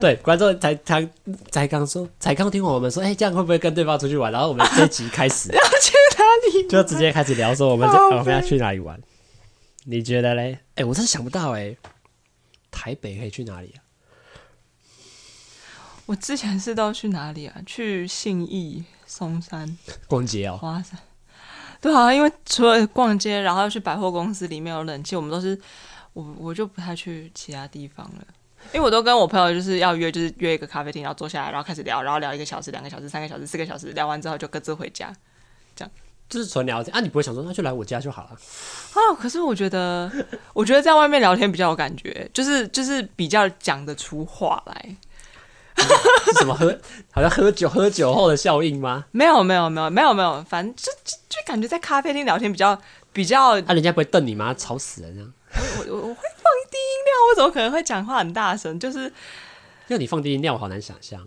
对，观众才刚听我们说，这样会不会跟对方出去玩？然后我们这一集开始要去哪里？ 就直接开始聊说我们要去哪里玩？你觉得嘞？我真的想不到台北可以去哪里啊？ 我之前是都去哪里啊？去信义、松山、 逛街哦， 华山。对啊，因为除了逛街，然后去百货公司里面有冷气，我们都是我就不太去其他地方了。因为我都跟我朋友就是要约，就是约一个咖啡厅，然后坐下来，然后开始聊，然后聊1个小时、2个小时、3个小时、4个小时，聊完之后就各自回家，这样就是纯聊天啊。你不会想说那就来我家就好了啊？可是我觉得在外面聊天比较有感觉，就是比较讲得出话来。 是什么好像喝酒后的效应吗？ 没有，反正就感觉在咖啡厅聊天比较。 人家不会瞪你吗？吵死了这样。 我会放低音量，我怎么可能会讲话很大声？就是要你放低音量，我好难想象。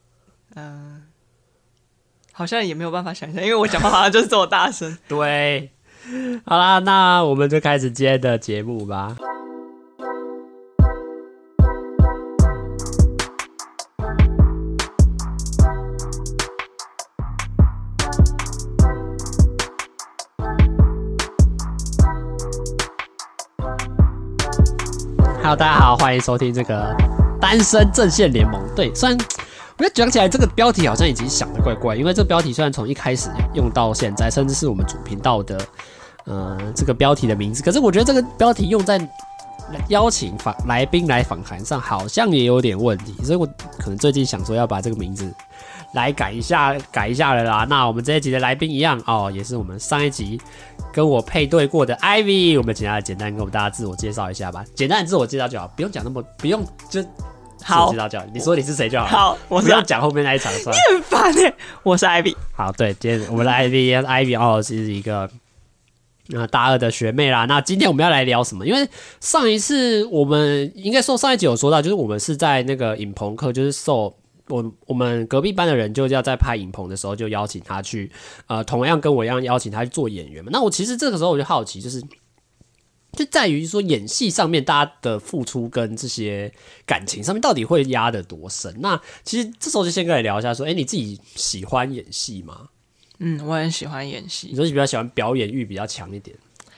好像也没有办法想象，因为我讲话好像就是这么大声。 对，好啦，那我们就开始今天的节目吧。Hello， 大家好，欢迎收听这个单身阵线联盟。对，虽然我觉得讲起来这个标题好像已经想得怪怪，因为这个标题虽然从一开始用到现在，甚至是我们主频道的这个标题的名字，可是我觉得这个标题用在邀请来宾来访谈上好像也有点问题，所以我可能最近想说要把这个名字来改一下了啦。那我们这一集的来宾一样也是我们上一集跟我配对过的 Ivy， 我们请他简单跟我们大家自我介绍一下吧，简单的自我介绍就好，不用讲不用就自我介绍就好，你说你是谁就好了。 好，我不要讲后面那一场算了。 你很烦耶，我是 Ivy。 好，对，今天我们的 Ivy 是一个大2的学妹啦。那今天我们要来聊什么？因为上一次我们应该说上一集有说到，就是我们是在那个影棚课，就是受我们隔壁班的人就要在拍影棚的时候就邀请他去，同样跟我一样邀请他去做演员嘛。那我其实这个时候我就好奇，就在于说演戏上面大家的付出跟这些感情上面到底会压得多深。那其实这时候就先跟你聊一下说，你自己喜欢演戏吗？ 我很喜欢演戏。 你说你比较喜欢表演欲比较强一点？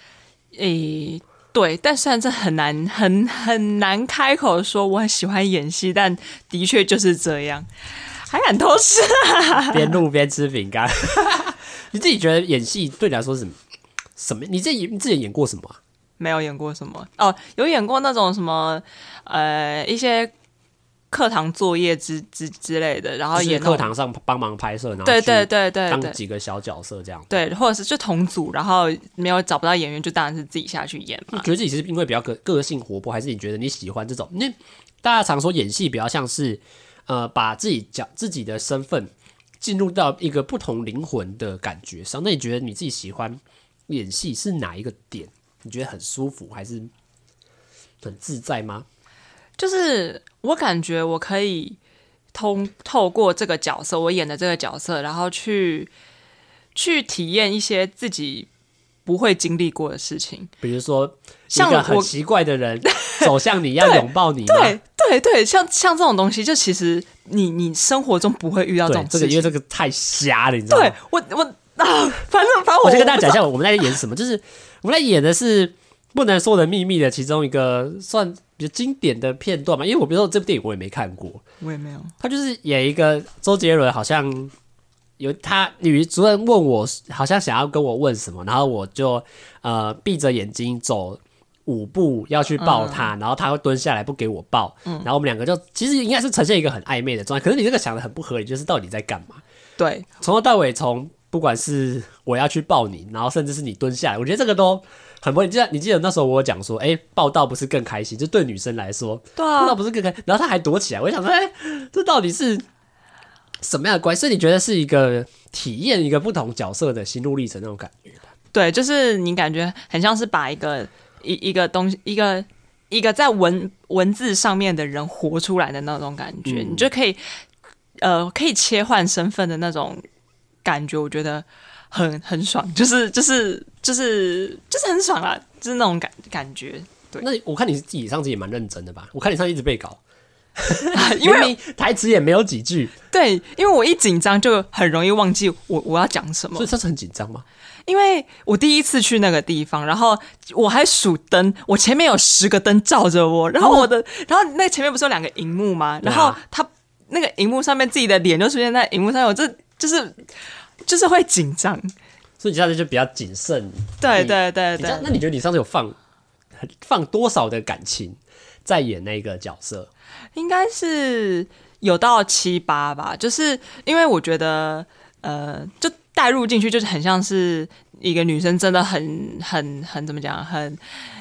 对，但虽然这很难开口说我很喜欢演戏，但的确就是这样。还敢偷吃啊？ 边录边吃饼干。你自己觉得演戏对你来说是什么？你自己演过什么啊？ 没有演过什么有演过那种什么一些课堂作业之类的，然后演课堂上帮忙拍摄，然后对当几个小角色这样。 对，或者是就同组，然后找不到演员，就当然是自己下去演嘛。 你觉得自己是因为比较个性活泼，还是你觉得你喜欢这种？因为大家常说演戏比较像是把自己的身份进入到一个不同灵魂的感觉上。那你觉得你自己喜欢演戏是哪一个点？你觉得很舒服还是很自在吗？ 就是我感觉我可以透过这个角色，我演的这个角色，然后去体验一些自己不会经历过的事情。 比如说一个很奇怪的人走向你要拥抱你吗？ 对，像这种东西，就其实你生活中不会遇到这种事情。 因为这个太瞎了，你知道吗？ 对，我反正我先跟大家讲一下我们在演什么，就是我们在演的是不能说的秘密的其中一个算比较经典的片段嘛。因为比如说这部电影我也没看过， 我也没有。 他就是演一个周杰伦，好像有他女主任问我，好像想要跟我问什么，然后我就闭着眼睛走5步要去抱他，然后他会蹲下来不给我抱，然后我们两个就其实应该是呈现一个很暧昧的状态。可是你这个想的很不合理，就是到底在干嘛？ 对， 从头到尾不管是我要去抱你，然后甚至是你蹲下来，我觉得这个都很不会。你记得那时候我讲说，抱到不是更开心？就对女生来说， 对啊， 抱到不是更开心？然后他还躲起来，我就想说，这到底是什么样的关系？所以你觉得是一个体验一个不同角色的心路历程那种感觉？ 对，就是你感觉很像是把一个东西，一个在文字上面的人活出来的那种感觉，你就可以切换身份的那种感觉，我觉得很爽，就是很爽啦，就是那种感觉。对， 那我看你自己上次也蛮认真的吧？我看你上次一直背稿， 因为明明台词也没有几句， 对，因为我一紧张就很容易忘记我要讲什么， 所以这是很紧张吗？ 因为我第一次去那个地方，然后我还数灯，我前面有10个灯照着我，然后然后那前面不是有2个荧幕吗？然后他那个荧幕上面自己的脸就出现在荧幕上，我就是会紧张， 所以你下次就比较谨慎。 对， 那你觉得你上次有放多少的感情在演那个角色？ 应该是有到7、8吧，就是因为我觉得就带入进去，就是很像是一个女生真的很怎么讲，很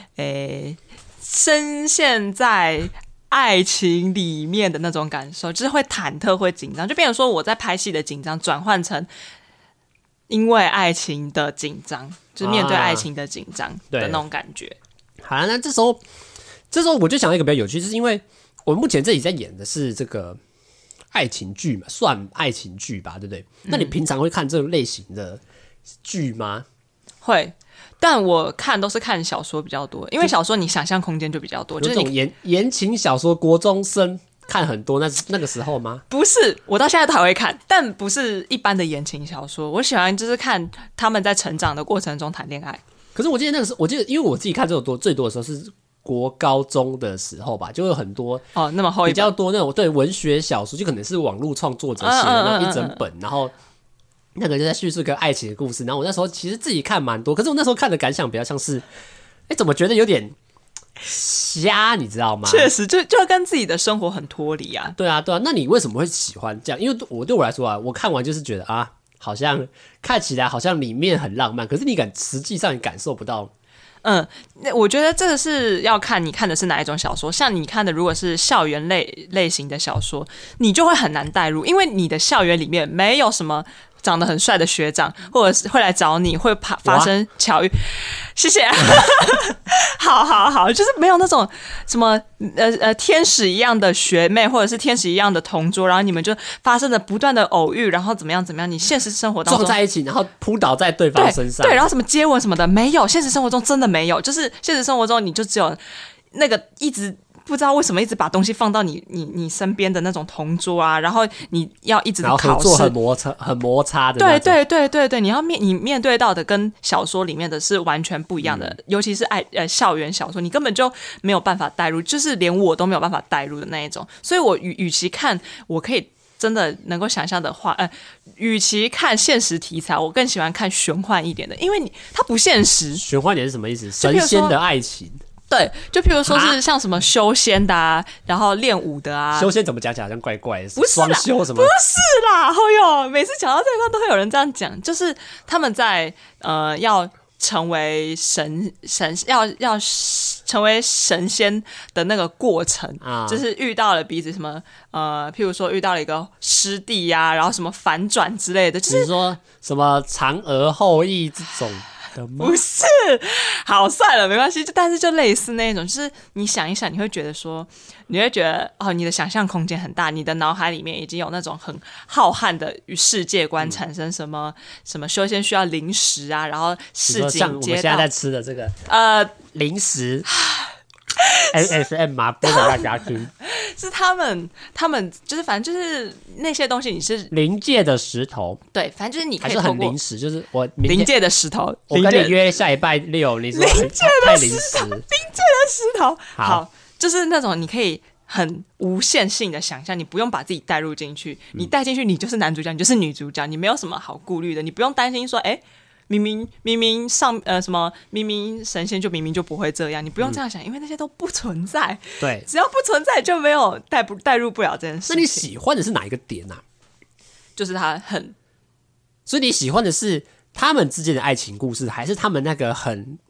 深陷在爱情里面的那种感受，就是会忐忑会紧张，就变成说我在拍戏的紧张转换成因为爱情的紧张，就是面对爱情的紧张的那种感觉。 好了，那这时候我就想到一个比较有趣，就是因为我目前这里在演的是这个爱情剧嘛，算爱情剧吧，对不对？那你平常会看这种类型的剧吗？ 会，但我看都是看小说比较多，因为小说你想象空间就比较多。 就是这种言情小说，国中生看很多，那个时候吗？ 不是，我到现在都还会看，但不是一般的言情小说。我喜欢就是看他们在成长的过程中谈恋爱。 可是我记得那个时候，因为我自己看这种最多的时候是国高中的时候吧，就有很多那么厚比较多那种对文学小说，就可能是网络创作者写的那种一整本，然后那个就在叙述一个爱情的故事。然后我那时候其实自己看蛮多，可是我那时候看的感想比较像是，怎么觉得有点瞎，你知道吗？ 确实，就跟自己的生活很脱离啊。 对啊，那你为什么会喜欢这样？因为对我来说啊，我看完就是觉得啊，好像看起来好像里面很浪漫，可是实际上你感受不到。 我觉得这个是要看你看的是哪一种小说。像你看的如果是校园类型的小说，你就会很难带入，因为你的校园里面没有什么长得很帅的学长，或者是会来找你，会发生巧遇。谢谢。好，就是没有那种什么天使一样的学妹，或者是天使一样的同桌，然后你们就发生了不断的偶遇，然后怎么样，你现实生活当中撞在一起，然后扑倒在对方身上， 对，然后什么接吻什么的没有，现实生活中真的没有，就是现实生活中你就只有那个一直不知道为什么一直把东西放到你身边的那种同桌啊，然后你要一直考试， 然后合作很摩擦的那种。对，你面对到的跟小说里面的是完全不一样的，尤其是校园小说，你根本就没有办法带入，就是连我都没有办法带入的那一种。所以我与其看我可以真的能够想象的话，与其看现实题材，我更喜欢看玄幻一点的，因为它不现实。 玄幻一点是什么意思？神仙的爱情。 对，就譬如说是像什么修仙的啊，然后练武的啊。 修仙怎么讲起来好像怪怪的？ 不是双修什么？ 不是啦，每次讲到这一段都会有人这样讲，就是他们在要成为要成为神仙的那个过程，就是遇到了彼此什么譬如说遇到了一个师弟呀，然后什么反转之类的，就是你说什么嫦娥后羿这种。 不是，好算了，没关系。但是就类似那种，就是你想一想，你会觉得你的想象空间很大，你的脑海里面已经有那种很浩瀚的世界观产生，什么修仙需要零食啊，然后市井街道， 像我们现在在吃的这个零食。ASM 嘛，播给大家听。 是他们就是反正就是那些东西，你是临界的石头， 对，反正就是你可以还是很临时，就是我临界的石头， 我跟你约下礼拜6，你说太临时，临界的石头，好，就是那种你可以很无限性的想象，你不用把自己带入进去，你带进去，你就是男主角，你就是女主角，你没有什么好顾虑的，你不用担心说，明明明明神仙就明明就不会这样，你不用这样想，因为那些都不存在。 对， 只要不存在就没有带入不了这件事情。 那你喜欢的是哪一个点啊？ 就是他很， 所以你喜欢的是他们之间的爱情故事，还是他们那个很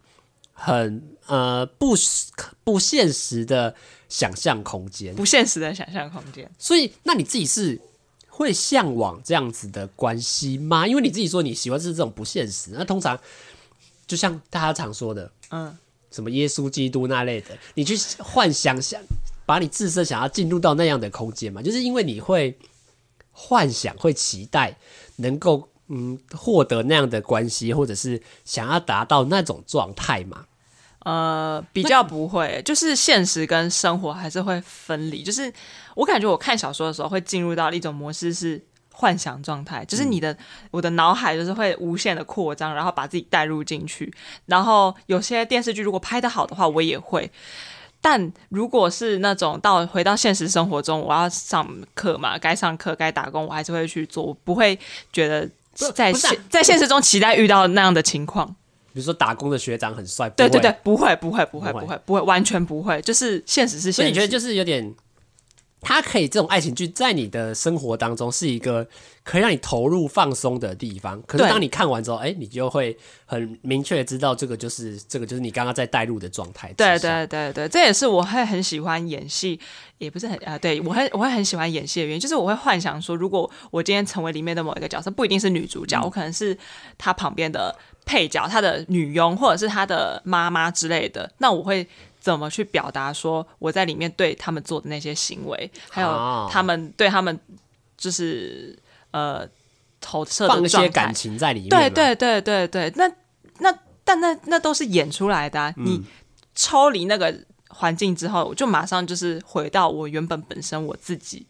不现实的想象空间？ 不现实的想象空间。 所以，那你自己是会向往这样子的关系吗？因为你自己说你喜欢是这种不现实，那通常就像大家常说的，什么耶稣基督那类的，你去幻想，把你自身想要进入到那样的空间嘛，就是因为你会幻想，会期待能够获得那样的关系，或者是想要达到那种状态嘛。 比较不会，就是现实跟生活还是会分离。就是我感觉我看小说的时候会进入到一种模式是幻想状态，就是我的脑海就是会无限的扩张，然后把自己带入进去。然后有些电视剧如果拍得好的话，我也会。但如果是那种回到现实生活中，我要上课嘛，该上课该打工，我还是会去做，我不会觉得在现实中期待遇到那样的情况。 比如说打工的学长很帅， 对对对，不会，完全不会，就是现实是现实。 所以你觉得就是有点，它可以这种爱情剧在你的生活当中是一个可以让你投入放松的地方，可是当你看完之后，你就会很明确的知道这个就是你刚刚在带入的状态。 对对对对，这也是我会很喜欢演戏，也不是对我会很喜欢演戏的原因，就是我会幻想说，如果我今天成为里面的某一个角色，不一定是女主角，我可能是她旁边的配角，她的女佣，或者是她的妈妈之类的，那我会怎么去表达说我在里面对他们做的那些行为，还有对他们就是投射的状态，放一些感情在里面。 对对对对对，那都是演出来的你抽离那个环境之后，我就马上就是回到我原本身我自己，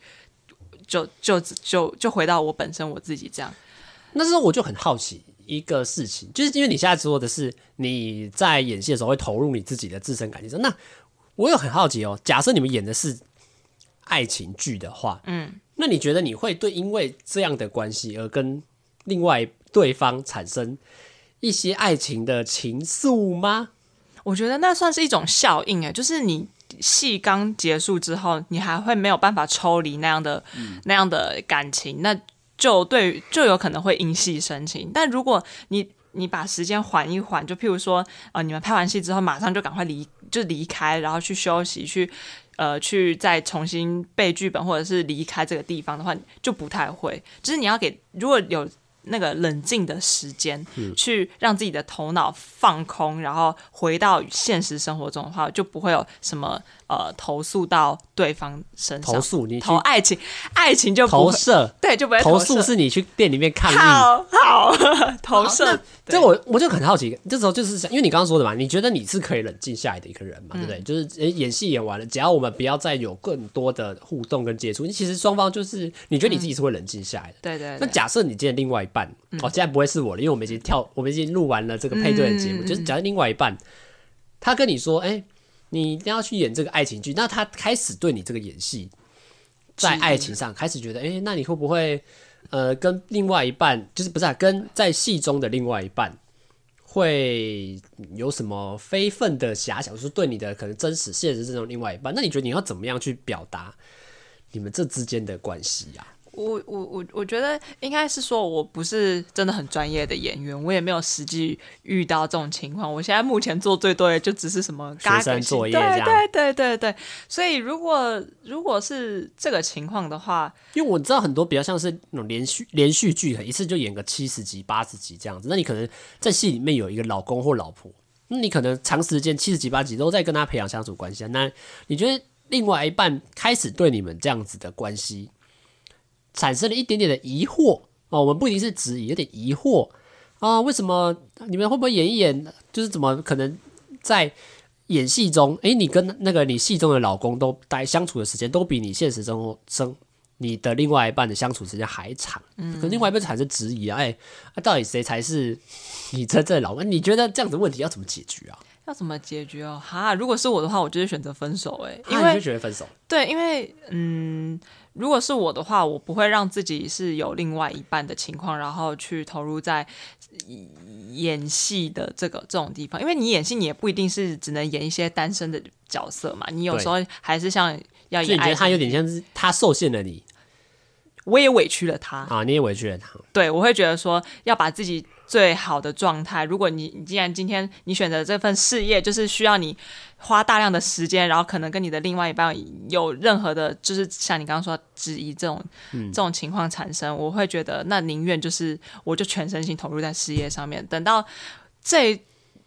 就回到我本身我自己这样。 那时候我就很好奇一个事情，就是因为你现在说的是你在演戏的时候会投入你自己的自身感情，那我有很好奇假设你们演的是爱情剧的话，那你觉得你会因为这样的关系而跟另外对方产生一些爱情的情愫吗？ 我觉得那算是一种效应就是你戏刚结束之后，你还会没有办法抽离那样的感情，那就有可能会因戏生情。但如果你把时间缓一缓，就譬如说你们拍完戏之后马上就赶快离开，然后去休息，去再重新背剧本或者是离开这个地方的话，就不太会。就是你要如果有那个冷静的时间，去让自己的头脑放空，然后回到现实生活中的话，就不会有什么投诉到对方身上。投爱情就不会投射， 对，就不会投诉是你去店里面抗议。 好投射。 这我就很好奇，这时候就是因为你刚刚说的嘛，你觉得你是可以冷静下来的一个人嘛，对不对？就是演戏演完了，只要我们不要再有更多的互动跟接触，其实双方就是你觉得你自己是会冷静下来的。 对对。 那假设你今天另外一半，现在不会是我了，因为我们已经录完了这个配对的节目，就是假设另外一半他跟你说，你一定要去演这个爱情剧，那他开始对你这个演戏在爱情上开始觉得，那你会不会跟另外一半，就是不是跟在戏中的另外一半会有什么非分的遐想，就是对你的可能真实现实这种另外一半，那你觉得你要怎么样去表达你们这之间的关系啊？ 我觉得应该是说，我不是真的很专业的演员，我也没有实际遇到这种情况。我现在目前做最多的就只是什么学生作业这样， 对。所以如果是这个情况的话， 因为我知道很多比较像是那种连续剧，一次就演个70集、80集这样子。那你可能在戏里面有一个老公或老婆，那你可能长时间70集、80集都在跟他培养相处关系那你觉得另外一半开始对你们这样子的关系产生了一点点的疑惑我们不一定是质疑，有点疑惑为什么你们会不会演一演，就是怎么可能在演戏中，你跟那个你戏中的老公都相处的时间都比你现实你的另外一半的相处时间还长，可另外一半产生质疑到底谁才是你真正的老公？你觉得这样子问题要怎么解决啊？ 要怎么解决如果是我的话，我就是选择分手因为你就觉得分手？ 对，因为如果是我的话，我不会让自己是有另外一半的情况，然后去投入在演戏的这种地方。因为你演戏，你也不一定是只能演一些单身的角色嘛，你有时候还是像要演爱情。所以你觉得他有点像是他受限了你， 我也委屈了他你也委屈了他。 对，我会觉得说要把自己最好的状态，如果你既然今天你选择这份事业，就是需要你花大量的时间，然后可能跟你的另外一半有任何的就是像你刚刚说质疑这种情况产生，我会觉得那宁愿就是我就全身心投入在事业上面，等到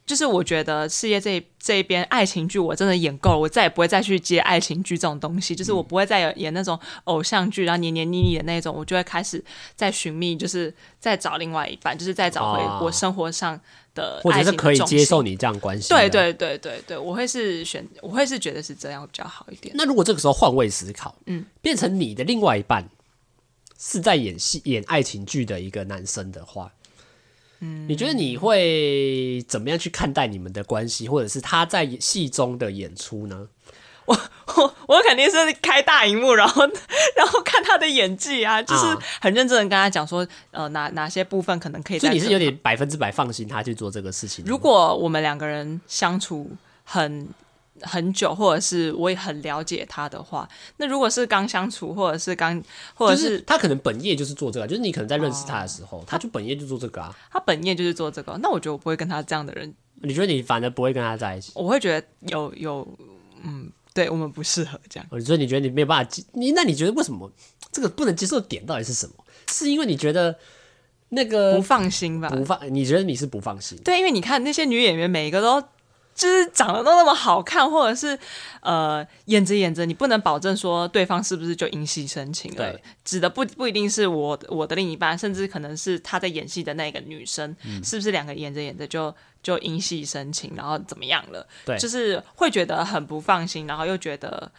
就是我觉得事业这一边爱情剧我真的演够了，我再也不会再去接爱情剧这种东西，就是我不会再演那种偶像剧然后黏黏腻腻的那种，我就会开始在寻觅，就是再找另外一半，就是再找回我生活上的爱情的重心，或者是可以接受你这样关系。 对，我会是觉得是这样比较好一点。 那如果这个时候换位思考，变成你的另外一半是在演爱情剧的一个男生的话，你觉得你会怎么样去看待你们的关系，或者是他在戏中的演出呢？ 我肯定是开大荧幕，然后看他的演技啊，就是很认真的跟他讲说，哪些部分可能可以。 所以你是有点100%放心他去做这个事情。 如果我们两个人相处很久，或者是我也很了解他的话，那如果是刚相处，或者是就是他可能本业就是做这个，就是你可能在认识他的时候，他就本业就做这个啊。 他本业就是做这个，那我觉得我不会跟他这样的人。 你觉得你反而不会跟他在一起？ 我会觉得有对我们不适合这样。 所以你觉得你没有办法那你觉得为什么这个不能接受的点到底是什么？是因为你觉得那个不放心吧？ 你觉得你是不放心？ 对，因为你看那些女演员每一个都就是长得都那么好看，或者是演着你不能保证说对方是不是就因戏生情了。对，指的不一定是我的另一半，甚至可能是他在演戏的那个女生，是不是两个演着就因戏生情，然后怎么样了？对，就是会觉得很不放心，然后又觉得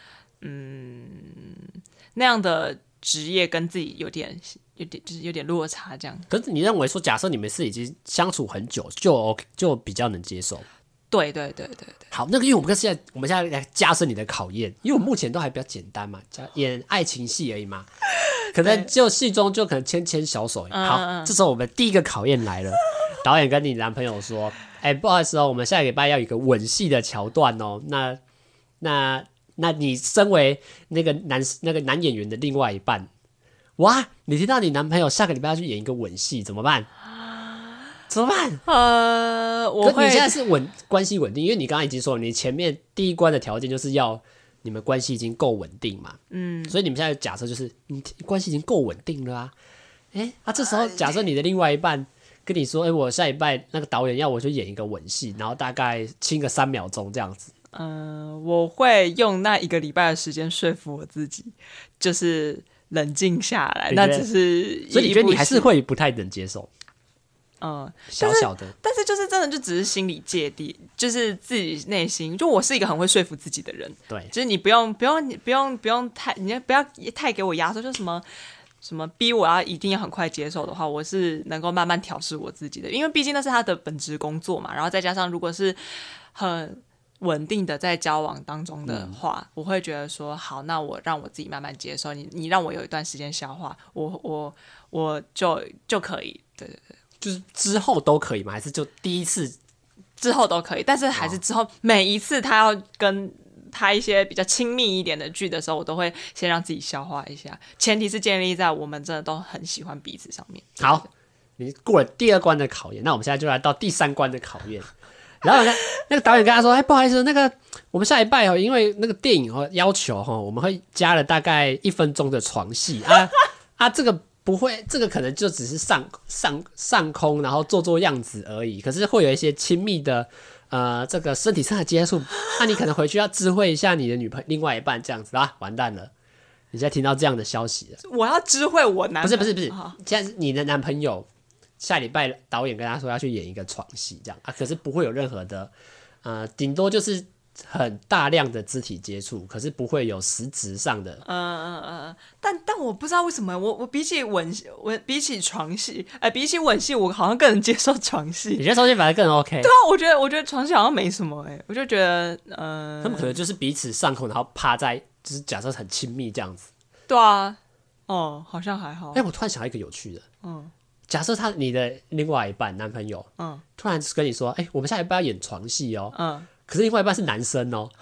那样的职业跟自己有点落差这样。 可是你认为说，假设你们是已经相处很久，就比较能接受。 对。 好，那个因为我们现在来加深你的考验，因为我目前都还比较简单嘛，演爱情戏而已嘛，可能就戏中就可能牵小手。好，这时候我们第一个考验来了，导演跟你男朋友说：“不好意思哦，我们下个礼拜要有一个吻戏的桥段哦。那你身为那个男演员的另外一半，哇，你听到你男朋友下个礼拜要去演一个吻戏，怎么办？”怎么办？ 我会。 你现在是关系稳定，因为你刚刚已经说了，你前面第一关的条件就是要你们关系已经够稳定嘛。所以你们现在假设就是你关系已经够稳定了啊。这时候假设你的另外一半跟你说，我下礼拜那个导演要我去演一个吻戏，然后大概亲个3秒钟这样子。 我会用那1个礼拜的时间说服我自己，就是冷静下来。那只是所以你觉得你还是会不太能接受？小小的， 但是就是真的就只是心理芥蒂，就是自己内心，就我是一个很会说服自己的人。 对， 就是你不用太，你不要太给我压缩，就什么逼我要一定要很快接受的话，我是能够慢慢调试我自己的，因为毕竟那是他的本职工作嘛。然后再加上如果是很稳定的在交往当中的话，我会觉得说好，那我让我自己慢慢接受你让我有一段时间消化，我就可以。对， 就是之后都可以吗？还是就第一次之后都可以？但是还是之后每一次他要跟他一些比较亲密一点的剧的时候，我都会先让自己消化一下，前提是建立在我们真的都很喜欢彼此上面。 好，你过了第2关的考验，那我们现在就来到第3关的考验。然后那个导演跟他说：“不好意思，那个我们下礼拜因为那个电影要求我们会加了大概1分钟的床戏啊，这个。”不会，这个可能就只是上空，然后做样子而已。可是会有一些亲密的，这个身体上的接触，那你可能回去要知会一下你的另外一半，这样子啊，完蛋了！你现在听到这样的消息了， 我要知会我男朋友， 不是，现在是你的男朋友下礼拜导演跟他说要去演一个床戏，这样啊，可是不会有任何的，顶多就是很大量的肢体接触，可是不会有实质上的。 但我不知道为什么我比起比起床戏，比起吻戏，我好像更能接受床戏。 你觉得床戏反而更 OK？ 对啊，我觉得床戏好像没什么我就觉得他们可能就是彼此上空，然后趴在，就是假设很亲密这样子。 对啊，好像还好。 我突然想到一个有趣的，假设你的另外一半男朋友，突然跟你说，我们下礼拜要演床戏哦，可是另外一半是男生哦，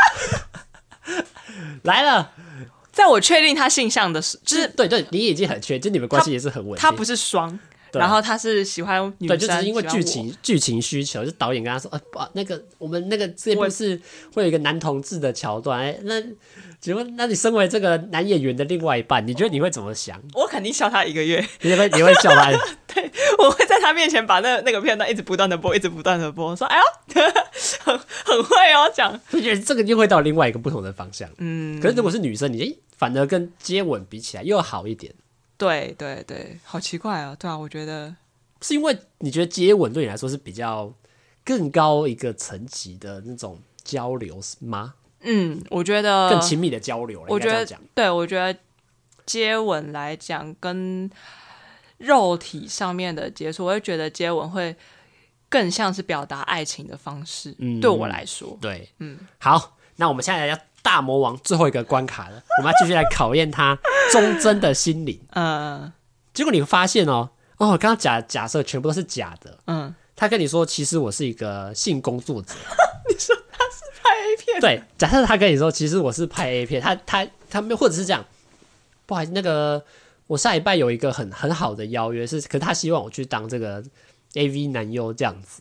来了。 在我确定他性向的时候，就是对，你已经很确定，就你们关系也是很稳定。 他不是双，然后他是喜欢女生， 对，就只是因为剧情需求，就导演跟他说，那个我们那个这部是会有一个男同志的桥段，那请问，那你身为这个男演员的另外一半，你觉得你会怎么想？ 我肯定笑他1个月， 你会笑他？ 对， 我会在他面前把那个片段一直不断的播，一直不断的播，说哎呦很会哦讲， 就觉得这个又会到另外一个不同的方向。可是如果是女生，你反而跟接吻比起来又好一点。 对对对，好奇怪啊！对啊，我觉得是因为你觉得接吻对你来说是比较更高一个层级的那种交流吗？ 我觉得更亲密的交流了。 我觉得对，我觉得接吻来讲跟肉体上面的接触，我会觉得接吻会更像是表达爱情的方式。对我来说， 对，好，那我们现在要大魔王最后一个关卡了，我们要继续来考验他忠贞的心灵。结果你会发现刚刚假设全部都是假的。他跟你说，其实我是一个性工作者。 你说他是拍 A 片？ 对，假设他跟你说，其实我是拍 A 片，他或者是这样，不好意思，那个我下礼拜有一个很好的邀约，可是他希望我去当这个 AV 男优这样子。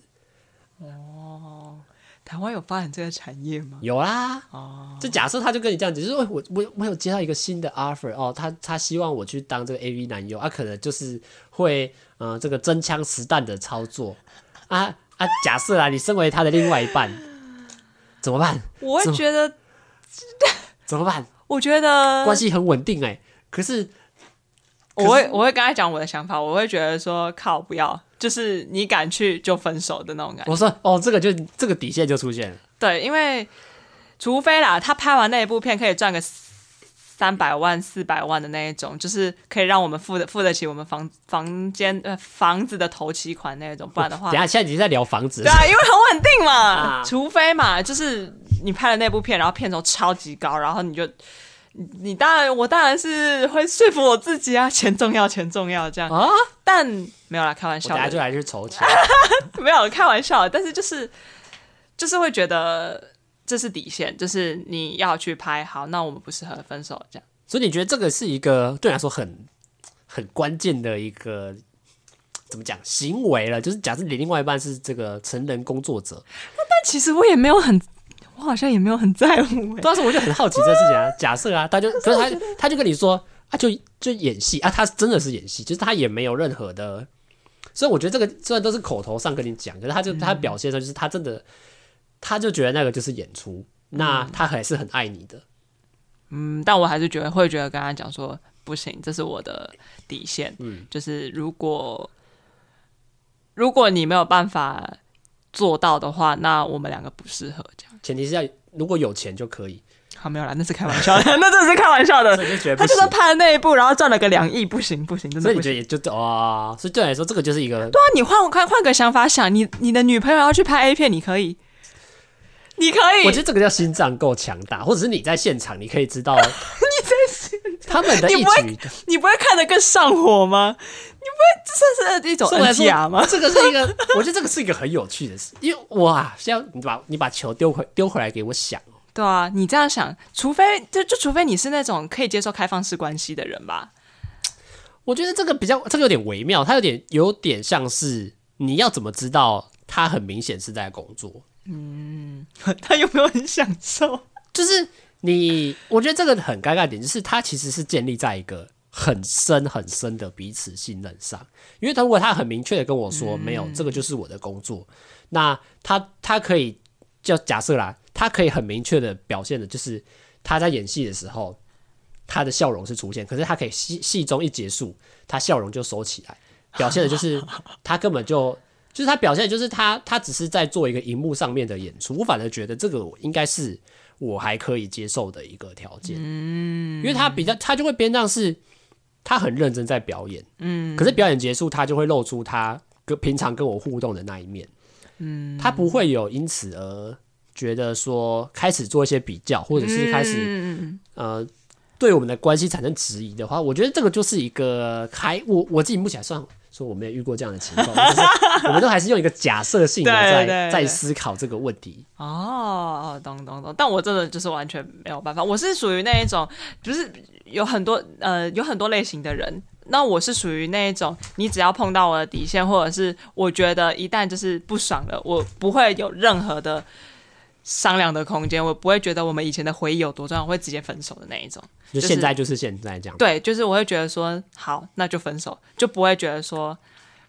台湾有发展这个产业吗？ 有啦。就假设他就跟你这样子，就是我有接到一个新的 offer 他希望我去当这个 AV 男优可能就是会这个真枪实弹的操作假设你身为他的另外一半怎么办？ 我会觉得怎么办？ 我觉得关系很稳定可是我会跟他讲我的想法，我会觉得说靠不要，就是你敢去就分手的那种感觉。 我说这个底线就出现了。对， 因为除非啦，他拍完那一部片可以赚个300万、400万的那一种，就是可以让我们付得起我们房子的头期款那一种，不然的话， 等一下现在已经在聊房子。 对因为很稳定嘛。除非嘛，就是你拍了那部片，然后片酬超级高，然后我当然是会说服我自己钱重要这样但没有啦，开玩笑的。 我等下就来去筹钱。 没有开玩笑的，但是就是会觉得这是底线，就是你要去拍好，那我们不适合分手这样。 所以你觉得这个是一个对你来说很关键的一个怎么讲行为了？就是假设你另外一半是这个成人工作者， 但其实我好像也没有很在乎。 当时我就很好奇这事情假设他就跟你说就演戏他真的是演戏，就是他也没有任何的。所以我觉得这个虽然都是口头上跟你讲，可是他表现上就是他真的，他就觉得那个就是演出，那他还是很爱你的。 但我还是会觉得跟他讲说不行，这是我的底线。就是如果你没有办法做到的话，那我们两个不适合这样。 前提是如果有钱就可以。 好，没有啦，那是开玩笑的，那真的是开玩笑的。 所以就觉得他就算拍了那一部，然后赚了个2亿，不行，真的不行。 所以你觉得也就所以对你来说，这个就是一个对啊。你换个想法想，你的女朋友要去拍 A 片，你可以。我觉得这个叫心脏够强大，或者是你在现场，你可以知道你在现场他们的一举， 你不会看得更上火吗？你不会这算是一种 NTR 吗？ 这个是一个，我觉得这个是一个很有趣的事，因为现在你把球丢回来给我想。 对啊，你这样想，除非你是那种可以接受开放式关系的人吧。 我觉得这个有点微妙，它有点像是你要怎么知道他很明显是在工作。 他有没有很享受？ 就是我觉得这个很尴尬的点，就是他其实是建立在一个很深很深的彼此信任上。因为如果他很明确的跟我说，没有，这个就是我的工作，那他可以就假设啦，他可以很明确的表现的，就是他在演戏的时候，他的笑容是出现，可是他可以戏中一结束，他笑容就收起来，表现的就是他根本就是他表现的就是他只是在做一个荧幕上面的演出。我反而觉得这个应该是我还可以接受的一个条件。因为他就会变成是他很认真在表演，可是表演结束他就会露出他平常跟我互动的那一面。他不会有因此而觉得说开始做一些比较，或者是开始对我们的关系产生质疑的话，我觉得这个就是一个我自己目前算说我没有遇过这样的情况，就是我们都还是用一个假设性的在思考这个问题。 懂，但我真的就是完全没有办法。我是属于那一种，就是有很多类型的人。那我是属于那一种，你只要碰到我的底线，或者是我觉得一旦就是不爽了，我不会有任何的商量的空间，我不会觉得我们以前的回忆有多重要，我会直接分手的那一种。 就现在就是现在这样。 对，就是我会觉得说好，那就分手，就不会觉得说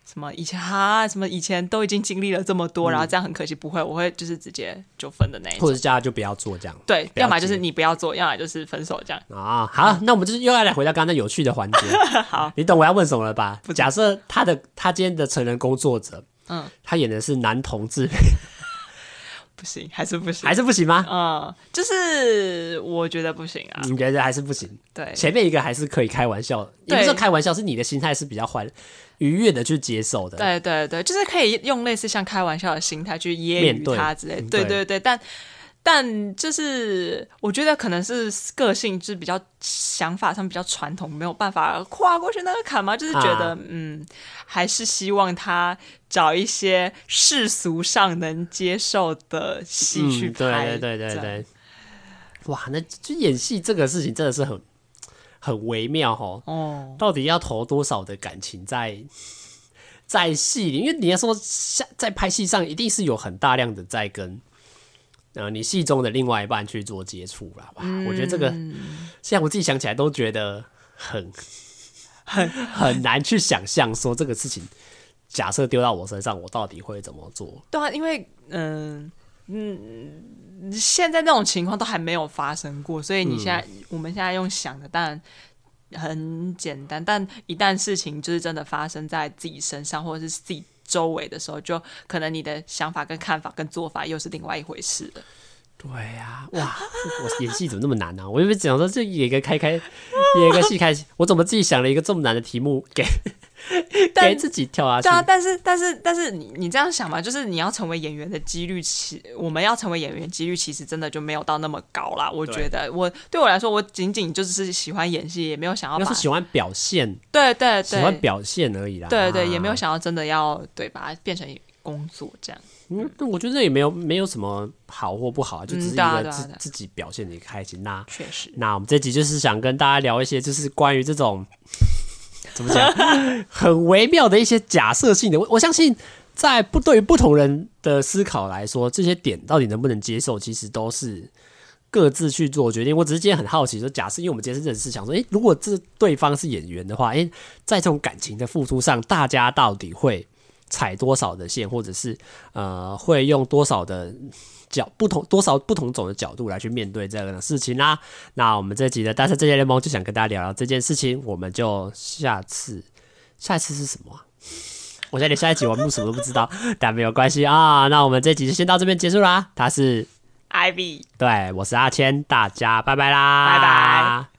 什么以前都已经经历了这么多，然后这样很可惜，不会，我会就是直接就分的那一种， 或者是叫他就不要做这样。 对，要么就是你不要做，要么就是分手这样。 啊，好，那我们就是又要来回到刚刚那有趣的环节。 好， 你懂我要问什么了吧？假设他今天的成人工作者，他演的是男同志。 不行，还是不行， 还是不行吗？ 就是我觉得不行啊。 你觉得还是不行？ 对， 前面一个还是可以开玩笑，也不是说开玩笑，是你的心态是比较愉悦的去接受的。 对对对，就是可以用类似像开玩笑的心态去揶揄他之类的。对对对，但就是我觉得可能是个性就是比较想法上比较传统，没有办法跨过去那个坎嘛，就是觉得还是希望他找一些世俗上能接受的戏去拍。 对，哇，那就演戏这个事情真的是很微妙哦。到底要投多少的感情在戏里？因为你要说在拍戏上，一定是有很大量的在跟你戏中的另外一半去做接触啦。我觉得这个现在我自己想起来都觉得很难去想象，说这个事情假设丢到我身上，我到底会怎么做？ 对啊，因为现在那种情况都还没有发生过，所以我们现在用想的，当然很简单，但一旦事情就是真的发生在自己身上，或者是自己周围的时候，就可能你的想法跟看法跟做法又是另外一回事了。 对呀，哇！我演戏怎么那么难啊？我原本想说这演一个戏开，我怎么自己想了一个这么难的题目给自己跳下去？ 对啊，但是你这样想嘛，就是你要成为演员的几率，我们要成为演员几率其实真的就没有到那么高啦。我觉得对我来说，我仅仅就是喜欢演戏，也没有想要是喜欢表现， 对，喜欢表现而已啦。 对，也没有想要真的要把它变成工作这样。 我觉得这也没有什么好或不好，就只是一个自己表现的开心。那确实， 那我们这集就是想跟大家聊一些，就是关于这种怎么讲很微妙的一些假设性的。我相信，对于不同人的思考来说，这些点到底能不能接受，其实都是各自去做决定。我只是今天很好奇，说假设，因为我们今天是认识，想说，如果对方是演员的话，在这种感情的付出上，大家到底会踩多少的线，或者是会用多少的不同种的角度来去面对这个事情啦。那我们这集的单身正义联盟就想跟大家聊聊这件事情，我们就下一次是什么我现在连下一集我录什么都不知道，但没有关系啊。那我们这集就先到这边结束啦。他是 Ivy， 对，我是阿谦，大家拜拜啦， 拜拜。